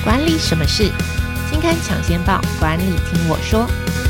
管理什么事？金刊抢先报，管理听我说。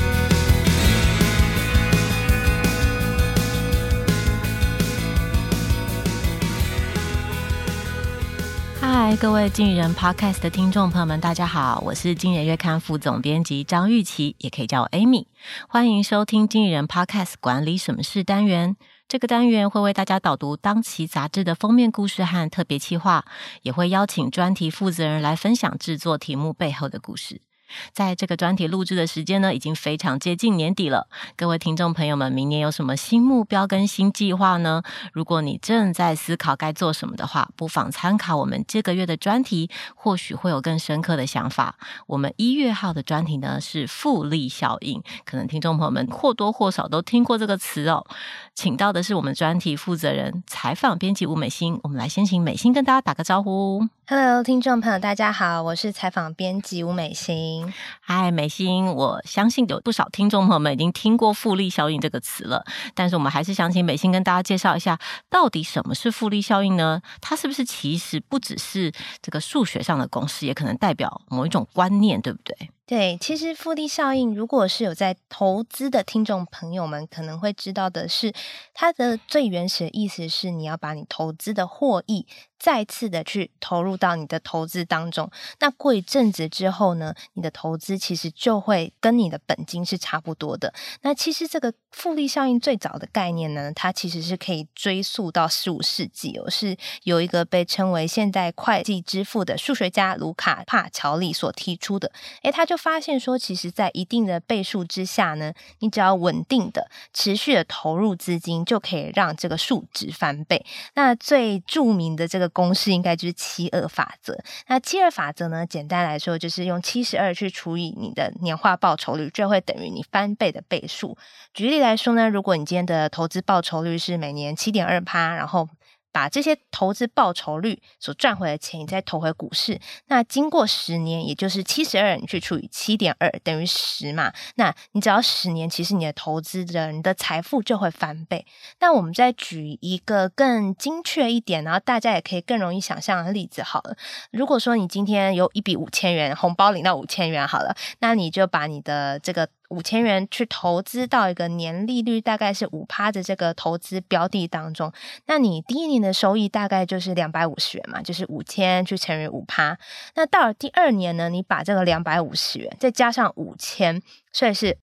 嗨，各位经理人 Podcast 的听众朋友们，大家好，我是经理人月刊副总编辑张玉琪，也可以叫我 Amy， 欢迎收听经理人 Podcast 管理什么事单元。这个单元会为大家导读当期杂志的封面故事和特别企划，也会邀请专题负责人来分享制作题目背后的故事。在这个专题录制的时间呢，已经非常接近年底了。各位听众朋友们，明年有什么新目标跟新计划呢？如果你正在思考该做什么的话，不妨参考我们这个月的专题，或许会有更深刻的想法。我们1月号的专题呢是复利效应，可能听众朋友们或多或少都听过这个词哦。请到的是我们专题负责人、采访编辑吴美心，我们来先请美心跟大家打个招呼。 Hello， 听众朋友大家好，我是采访编辑吴美心。 嗨，美心，我相信有不少听众朋友们已经听过复利效应这个词了，但是我们还是想请美心跟大家介绍一下，到底什么是复利效应呢？它是不是其实不只是这个数学上的公式，也可能代表某一种观念，对不对？ 对，其实复利效应如果是有在投资的听众朋友们可能会知道的是，它的最原始的意思是你要把你投资的获益再次的去投入到你的投资当中，那过一阵子之后呢，你的投资其实就会跟你的本金是差不多的。那其实这个复利效应最早的概念呢，它其实是可以追溯到15世纪哦，是有一个被称为现代会计之父的数学家卢卡帕乔利所提出的。他就发现说，其实在一定的倍数之下呢，你只要稳定的持续的投入资金，就可以让这个数值翻倍。那最著名的这个公式应该就是72法则。那72法则呢，简单来说就是用72去除以你的年化报酬率，就会等于你翻倍的倍数。举例来说呢，如果你今天的投资报酬率是每年 7.2%， 然后把这些投资报酬率所赚回的钱你再投回股市，那经过10年，也就是72你去除以 7.2 等于10嘛，那你只要10年，其实你的投资人的财富就会翻倍。那我们再举一个更精确一点，然后大家也可以更容易想象的例子好了。如果说你今天有一笔5000元红包领到5000元好了，那你就把你的这个5000元去投资到一个年利率大概是 5% 的这个投资标的当中，那你第一年的收益大概就是250元嘛，就是5000去乘以 5%。 那到了第二年呢，你把这个250元再加上5000，所以是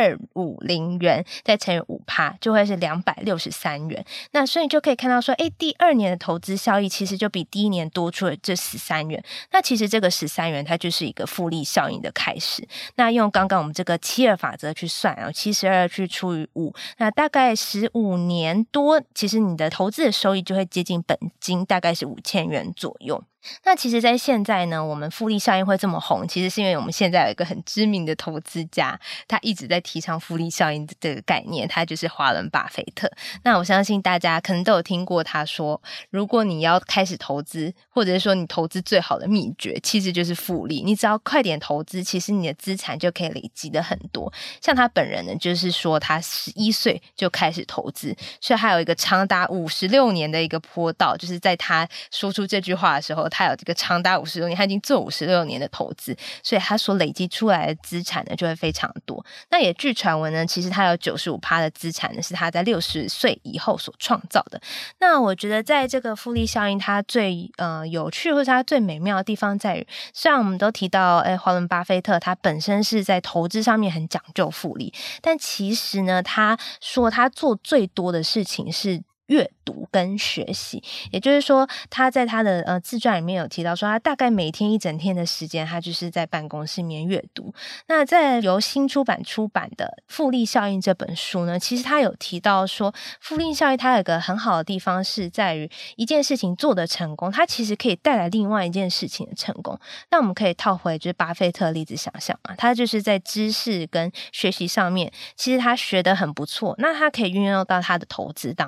5250元再乘以 5%， 就会是263元。那所以就可以看到说，第二年的投资效益其实就比第一年多出了这13元。那其实这个13元它就是一个复利效应的开始。那用刚刚我们这个72法则去算，然后72去除以5，那大概15年多，其实你的投资的收益就会接近本金，大概是5000元左右。那其实在现在呢，我们复利效应会这么红，其实是因为我们现在有一个很知名的投资家，他一直在提倡复利效应这个概念，他就是华伦巴菲特。那我相信大家可能都有听过他说，如果你要开始投资，或者是说你投资最好的秘诀其实就是复利，你只要快点投资，其实你的资产就可以累积的很多。像他本人呢，就是说他11岁就开始投资，所以还有一个长达56年的一个坡道，就是在他说出这句话的时候，他有这个长达56年，他已经做56年的投资，所以他所累积出来的资产呢就会非常多。那也据传闻呢，其实他有 95% 的资产呢是他在60岁以后所创造的。那我觉得在这个复利效应它最有趣或者它最美妙的地方在于，虽然我们都提到华伦巴菲特他本身是在投资上面很讲究复利，但其实呢，他说他做最多的事情是阅读跟学习。也就是说，他在他的自传里面有提到说，他大概每天一整天的时间，他就是在办公室里面阅读。那在由新出版的《复利效应》这本书呢，其实他有提到说，复利效应它有一个很好的地方是在于，一件事情做得成功，它其实可以带来另外一件事情的成功。那我们可以套回就是巴菲特的例子想象嘛，他就是在知识跟学习上面，其实他学得很不错，那他可以运用到他的投资当中。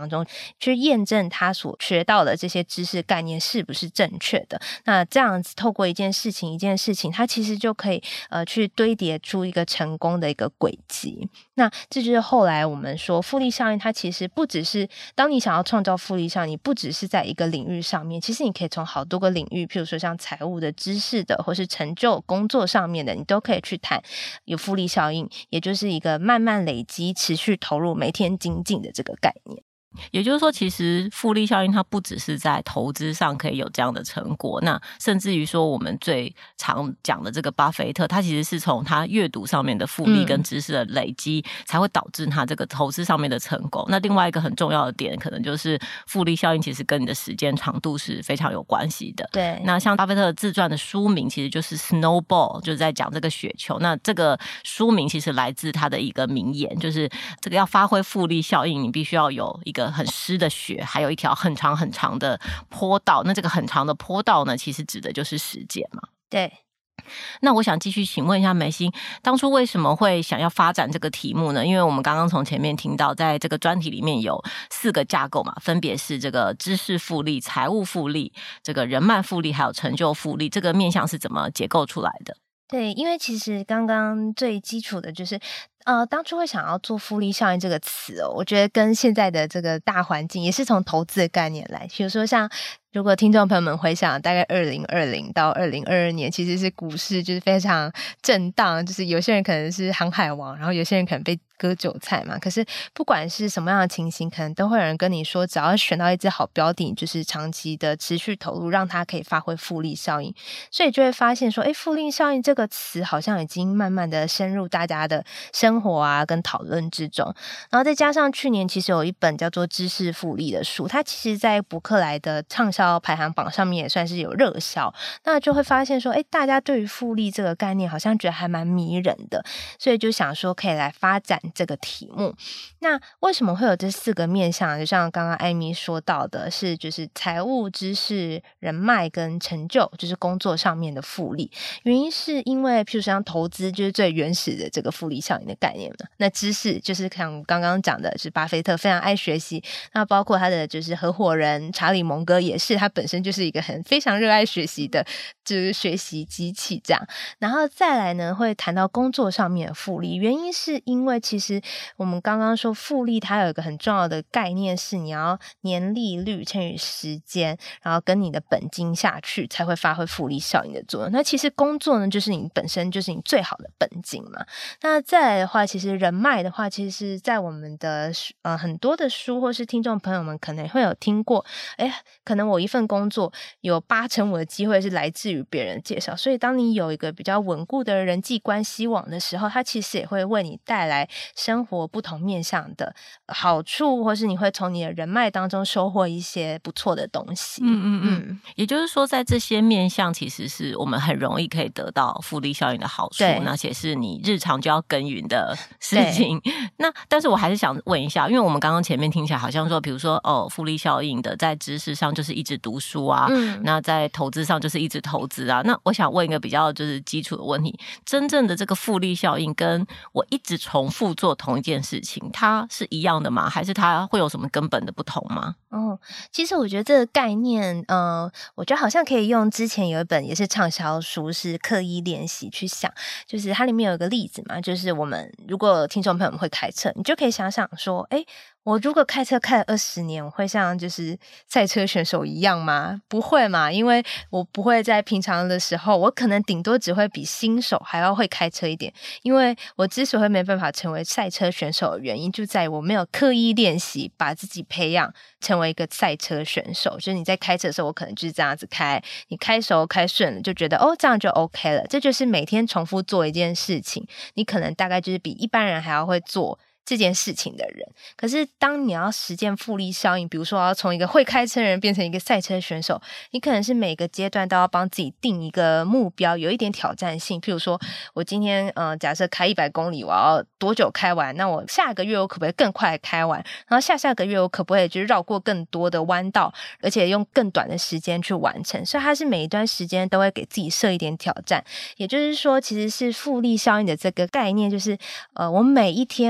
去验证他所学到的这些知识概念是不是正确的。那这样子透过一件事情，它其实就可以去堆叠出一个成功的一个轨迹。那这就是后来我们说复利效应，它其实不只是当你想要创造复利效应，你不只是在一个领域上面，其实你可以从好多个领域，譬如说像财务的、知识的，或是成就工作上面的，你都可以去谈有复利效应，也就是一个慢慢累积、持续投入、每天精进的这个概念。 也就是说，其实复利效应它不只是在投资上可以有这样的成果，那甚至于说我们最常讲的这个巴菲特，他其实是从他阅读上面的复利跟知识的累积，才会导致他这个投资上面的成功。那另外一个很重要的点，可能就是复利效应其实跟你的时间长度是非常有关系的。 对， 那像巴菲特的自传的书名其实就是 Snowball， 就是在讲这个雪球。那这个书名其实来自他的一个名言，就是这个要发挥复利效应，你必须要有一个很湿的雪，还有一条很长很长的坡道。那这个很长的坡道呢，其实指的就是时间嘛。 对。 那我想继续请问一下梅心，当初为什么会想要发展这个题目呢？因为我们刚刚从前面听到，在这个专题里面有4个架构嘛，分别是这个知识复利、财务复利、这个人脉复利，还有成就复利。这个面向是怎么结构出来的？ 对，因为其实刚刚最基础的就是当初会想要做复利效应这个词我觉得跟现在的这个大环境也是从投资的概念来，比如说像如果听众朋友们回想大概2020到2022年，其实是股市就是非常震荡，就是有些人可能是航海王，然后有些人可能被割韭菜嘛。可是不管是什么样的情形，可能都会有人跟你说，只要选到一只好标的，就是长期的持续投入，让它可以发挥复利效应。所以就会发现说，复利效应这个词好像已经慢慢的深入大家的生活啊跟讨论之中。然后再加上去年其实有一本叫做知识复利的书，它其实在博客来的畅销排行榜上面也算是有热销，那就会发现说大家对于复利这个概念好像觉得还蛮迷人的，所以就想说可以来发展这个题目。那为什么会有这4个面向？就像刚刚艾米说到的是就是财务、知识、人脉跟成就，就是工作上面的复利。原因是因为譬如像投资就是最原始的这个复利效应的概念嘛，那知识就是像刚刚讲的是巴菲特非常爱学习，那包括他的就是合伙人查理蒙哥也是，他本身就是一个非常热爱学习的就是学习机器这样。然后再来呢会谈到工作上面的复利，原因是因为其实我们刚刚说复利它有一个很重要的概念是你要年利率乘以时间，然后跟你的本金下去才会发挥复利效应的作用。那其实工作呢就是你本身就是你最好的本金嘛。那再来的话，其实人脉的话，其实在我们的很多的书或是听众朋友们可能会有听过，可能我一份工作有80%我的机会是来自于别人介绍，所以当你有一个比较稳固的人际关系网的时候，它其实也会为你带来生活不同面向的好处，或是你会从你的人脉当中收获一些不错的东西。 也就是说在这些面向其实是我们很容易可以得到复利效应的好处，而且是你日常就要耕耘的事情。那但是我还是想问一下，因为我们刚刚前面听起来好像说比如说复利效应的在知识上就是一直读书啊，那在投资上就是一直投资啊。那我想问一个比较就是基础的问题，真正的这个复利效应跟我一直重复做同一件事情，它是一样的吗？还是它会有什么根本的不同吗？ 其实我觉得这个概念我觉得好像可以用之前有一本也是畅销书是刻意练习去想，就是它里面有一个例子嘛，就是我们如果听众朋友们会开车，你就可以想想说我如果开车开了20年，我会像就是赛车选手一样吗？不会嘛，因为我不会在平常的时候，我可能顶多只会比新手还要会开车一点。因为我之所以没办法成为赛车选手的原因，就在于我没有刻意练习，把自己培养成为一个赛车选手。就是你在开车的时候，我可能就是这样子开，你开熟开顺了，就觉得这样就 OK 了。这就是每天重复做一件事情，你可能大概就是比一般人还要会做这件事情的人。可是当你要实践复利效应，比如说要从一个会开车的人变成一个赛车选手，你可能是每个阶段都要帮自己定一个目标，有一点挑战性。譬如说我今天假设开100公里，我要多久开完，那我下个月我可不可以更快开完，然后下个月我可不可以就是绕过更多的弯道，而且用更短的时间去完成。所以它是每一段时间都会给自己设一点挑战。也就是说其实是复利效应的这个概念，就是我每一天我可不可以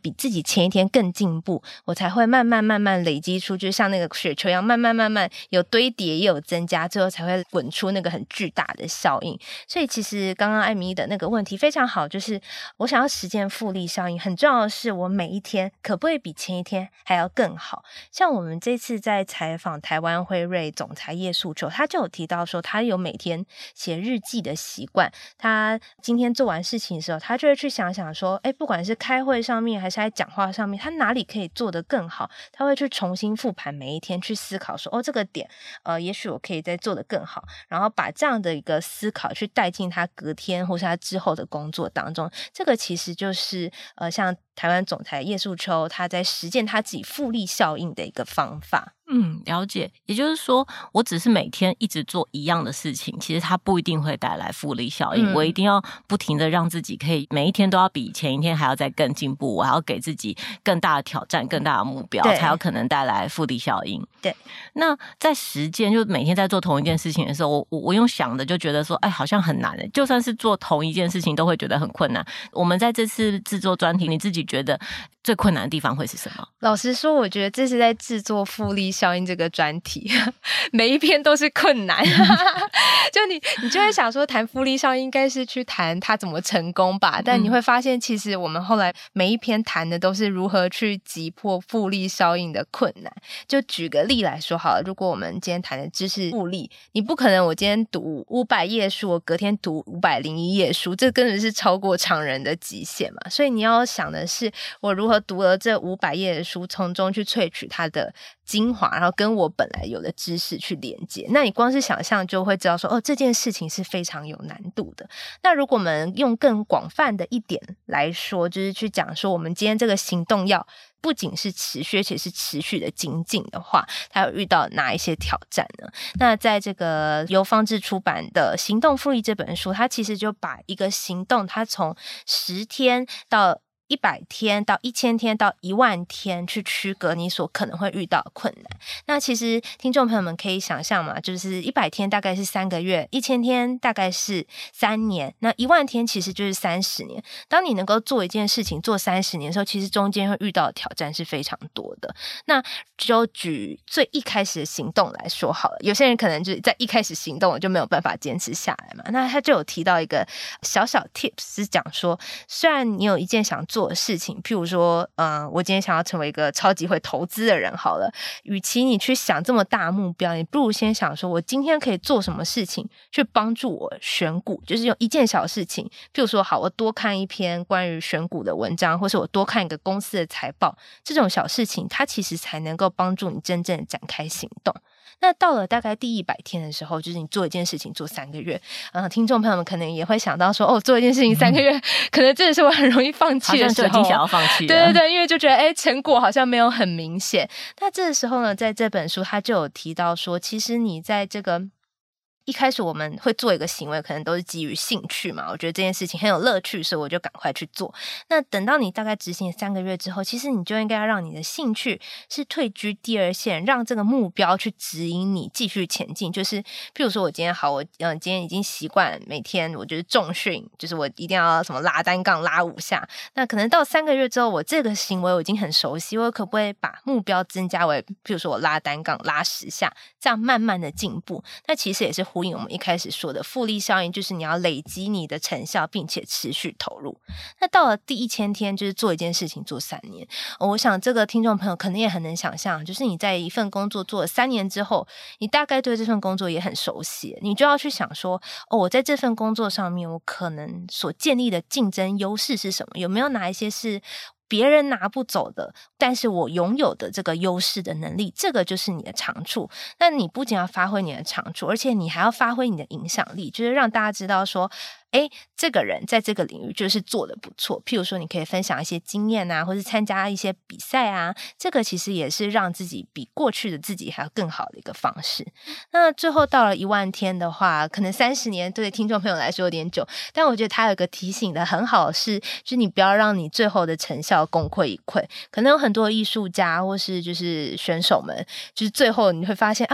比自己前一天更进步，我才会慢慢累积出，就像那个雪球一样，慢慢有堆叠也有增加，最后才会滚出那个很巨大的效应。所以其实刚刚艾米的那个问题非常好，就是我想要实践复利效应，很重要的是我每一天可不可以比前一天还要更好。像我们这次在采访台湾辉瑞总裁叶素秋，他就有提到说他有每天写日记的习惯，他今天做完事情的时候，他就会去想说不管是开会上面还是在讲话上面，他哪里可以做得更好，他会去重新复盘每一天，去思考说这个点也许我可以再做得更好，然后把这样的一个思考去带进他隔天或是他之后的工作当中。这个其实就是像台湾总裁叶素秋他在实践他自己复利效应的一个方法。 了解。也就是说，我只是每天一直做一样的事情，其实它不一定会带来复利效应。我一定要不停的让自己可以每一天都要比前一天还要再更进步，我还要给自己更大的挑战、更大的目标，才有可能带来复利效应。 对。 那在实践，就每天在做同一件事情的时候，我用想的就觉得说，好像很难。就算是做同一件事情，都会觉得很困难。我们在这次制作专题，你自己觉得最困难的地方会是什么？ 老实说，我觉得这是在制作复利效应这个专题，每一篇都是困难。就你就会想说，谈复利效应应该是去谈它怎么成功吧，但你会发现，其实我们后来每一篇谈的都是如何去击破复利效应的困难。就举个例来说好了，如果我们今天谈的知识复利，你不可能我今天读500页书，我隔天读501页书，这根本是超过常人的极限嘛。所以你要想的是，我如何读了这500页的书，从中去萃取它的精华，然后跟我本来有的知识去连接。那你光是想象就会知道说，这件事情是非常有难度的。那如果我们用更广泛的一点来说，就是去讲说，我们今天这个行动要不仅是持续，而且是持续的精进的话，它有遇到哪一些挑战呢？那在这个由方志出版的《行动复利》这本书，它其实就把一个行动，它从10天到100天到1000天到10000天去区隔你所可能会遇到的困难。那其实听众朋友们可以想象嘛，就是100天大概是3个月，1000天大概是3年，那10000天其实就是30年。当你能够做一件事情做30年的时候，其实中间会遇到的挑战是非常多的。那就举最一开始的行动来说好了，有些人可能就是在一开始行动我就没有办法坚持下来嘛。那他就有提到一个小 tips 是讲说，虽然你有一件想做的事情，譬如说我今天想要成为一个超级会投资的人好了，与其你去想这么大的目标，你不如先想说我今天可以做什么事情去帮助我选股，就是用一件小事情，譬如说好，我多看一篇关于选股的文章，或是我多看一个公司的财报，这种小事情它其实才能够帮助你真正展开行动。那到了大概第100天的时候，就是你做一件事情做3个月，听众朋友们可能也会想到说，做一件事情3个月，可能真的是我很容易放弃的时候， 好像就已经想要放弃了。 对对对，因为就觉得成果好像没有很明显。那这个时候呢，在这本书他就有提到说，其实你在这个一开始我们会做一个行为，可能都是基于兴趣嘛，我觉得这件事情很有乐趣，所以我就赶快去做。那等到你大概执行3个月之后，其实你就应该要让你的兴趣是退居第二线，让这个目标去指引你继续前进。就是譬如说我今天好，我今天已经习惯每天我就是重训，就是我一定要什么拉单杠拉5下，那可能到3个月之后，我这个行为我已经很熟悉，我可不可以把目标增加为譬如说我拉单杠拉10下，这样慢慢的进步。那其实也是呼应我们一开始说的复利效应，就是你要累积你的成效并且持续投入。那到了第1000天，就是做一件事情做3年。我想这个听众朋友可能也很能想象，就是你在一份工作做了3年之后，你大概对这份工作也很熟悉，你就要去想说，我在这份工作上面我可能所建立的竞争优势是什么，有没有哪一些是别人拿不走的，但是我拥有的这个优势的能力，这个就是你的长处。那你不仅要发挥你的长处，而且你还要发挥你的影响力，就是让大家知道说，这个人在这个领域就是做得不错。譬如说你可以分享一些经验啊，或是参加一些比赛啊，这个其实也是让自己比过去的自己还要更好的一个方式。那最后到了10000天的话，可能30年对听众朋友来说有点久，但我觉得他有一个提醒的很好的是，就是你不要让你最后的成效功亏一篑。可能有很多艺术家或是就是选手们，就是最后你会发现啊，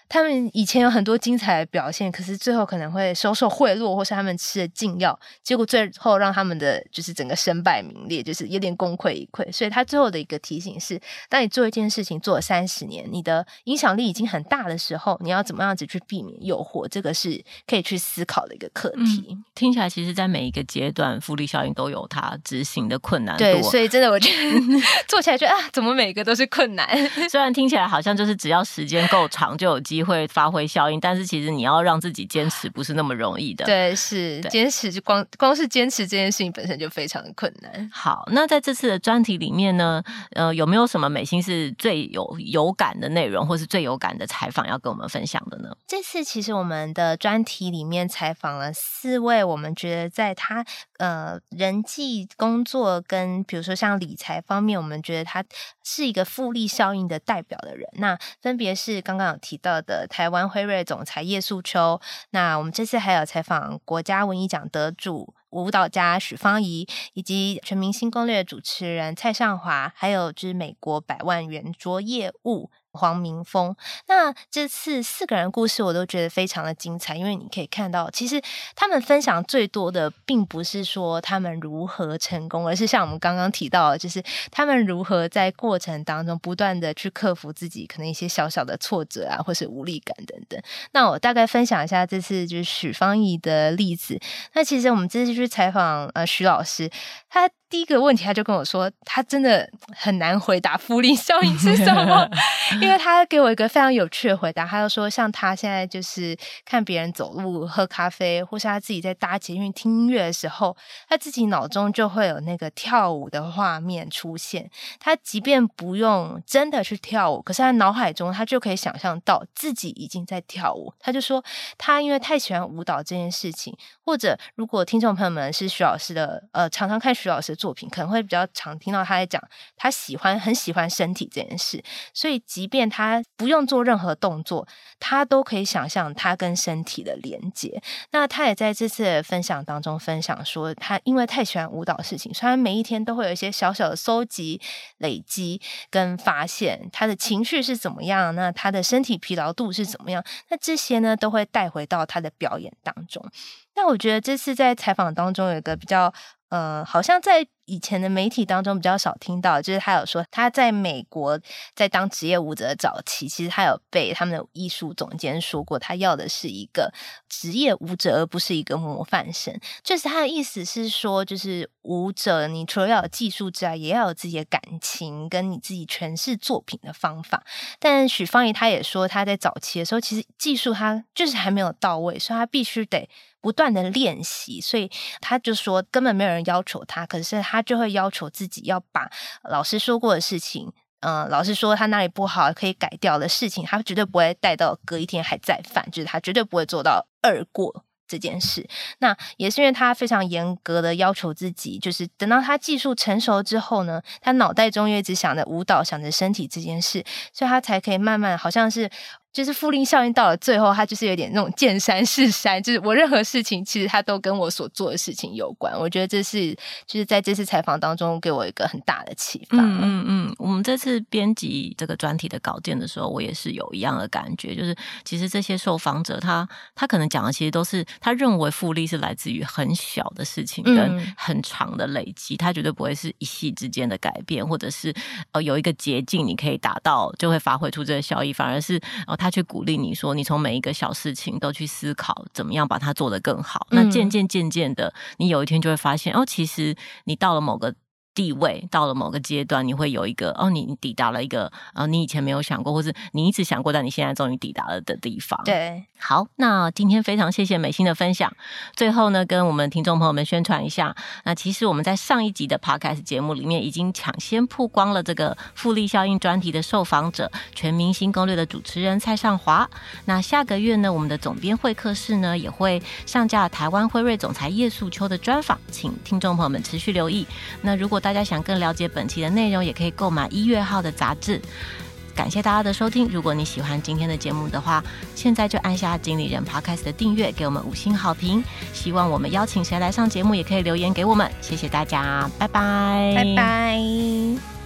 他们以前有很多精彩的表现，可是最后可能会收受贿赂，或是他们吃了禁药，结果最后让他们的就是整个身败名裂，就是有点功亏一篑。所以他最后的一个提醒是，当你做一件事情做了30年，你的影响力已经很大的时候，你要怎么样子去避免诱惑，这个是可以去思考的一个课题。 听起来其实在每一个阶段复利效应都有它执行的困难度。 对，所以真的我觉得做起来觉得怎么每个都是困难。 虽然听起来好像就是只要时间够长就有机会发挥效应，但是其实你要让自己坚持不是那么容易的。 对，是坚持，就光是坚持这件事情本身就非常的困难。 好，那在这次的专题里面呢，有没有什么美心是最有感的内容，或是最有感的采访要跟我们分享的呢？ 这次其实我们的专题里面采访了4位，我们觉得在他人际工作跟比如说像理财方面，我们觉得他是一个复利效应的代表的人。那分别是刚刚有提到的台湾辉瑞总裁叶素秋，那我们这次还有采访国家文艺奖得主舞蹈家许芳宜，以及全明星攻略的主持人蔡尚华，还有就是美国100万圆桌业务黄明峰。那这次4个人故事我都觉得非常的精彩，因为你可以看到其实他们分享最多的并不是说他们如何成功，而是像我们刚刚提到的，就是他们如何在过程当中不断的去克服自己可能一些小小的挫折啊，或是无力感等等。那我大概分享一下这次就是许芳宜的例子。那其实我们这次去采访许老师，他第一个问题他就跟我说，他真的很难回答复利效应是什么因为他给我一个非常有趣的回答，他就说像他现在就是看别人走路喝咖啡，或是他自己在搭捷运听音乐的时候，他自己脑中就会有那个跳舞的画面出现，他即便不用真的去跳舞，可是他脑海中他就可以想象到自己已经在跳舞。他就说他因为太喜欢舞蹈这件事情，或者如果听众朋友们是许老师的常常看许老师的作品，可能会比较常听到他在讲他很喜欢身体这件事，所以即便他不用做任何动作，他都可以想象他跟身体的连接。那他也在这次的分享当中分享说，他因为太喜欢舞蹈的事情，所以他每一天都会有一些小小的收集累积跟发现他的情绪是怎么样，那他的身体疲劳度是怎么样，那这些呢都会带回到他的表演当中。那我觉得这次在采访当中有一个比较好像在以前的媒体当中比较少听到，就是他有说他在美国在当职业舞者的早期，其实他有被他们的艺术总监说过，他要的是一个职业舞者而不是一个模范生。就是他的意思是说，就是舞者你除了要有技术之外，也要有自己的感情跟你自己诠释作品的方法。但许芳宜他也说，他在早期的时候其实技术他就是还没有到位，所以他必须得不断的练习，所以他就说根本没有人要求他，可是他就会要求自己要把老师说过的事情老师说他哪里不好可以改掉的事情，他绝对不会带到隔一天还在犯，就是他绝对不会做到2过这件事。那也是因为他非常严格的要求自己，就是等到他技术成熟之后呢，他脑袋中也只想着舞蹈想着身体这件事，所以他才可以慢慢好像是就是复利效应到了最后，他就是有点那种见山是山，就是我任何事情其实他都跟我所做的事情有关。我觉得这是就是在这次采访当中给我一个很大的启发。 我们这次编辑这个专题的稿件的时候，我也是有一样的感觉，就是其实这些受访者他可能讲的其实都是他认为复利是来自于很小的事情跟很长的累积，他绝对不会是一夕之间的改变，或者是有一个捷径你可以达到就会发挥出这个效益，反而是他去鼓励你说你从每一个小事情都去思考怎么样把它做得更好。那渐渐的你有一天就会发现其实你到了某个地位，到了某个阶段，你会有一个你抵达了一个你以前没有想过，或是你一直想过但你现在终于抵达了的地方。 对， 好，那今天非常谢谢美心的分享。最后呢，跟我们听众朋友们宣传一下，那其实我们在上一集的 Podcast 节目里面已经抢先曝光了这个复利效应专题的受访者，全明星攻略的主持人蔡尚华。那下个月呢，我们的总编会客室呢也会上架台湾辉瑞总裁叶素秋的专访，请听众朋友们持续留意。那如果大家想更了解本期的内容，也可以购买1月号的杂志。感谢大家的收听，如果你喜欢今天的节目的话，现在就按下经理人 Podcast 的订阅，给我们5星好评。希望我们邀请谁来上节目，也可以留言给我们。谢谢大家，拜拜， 拜拜。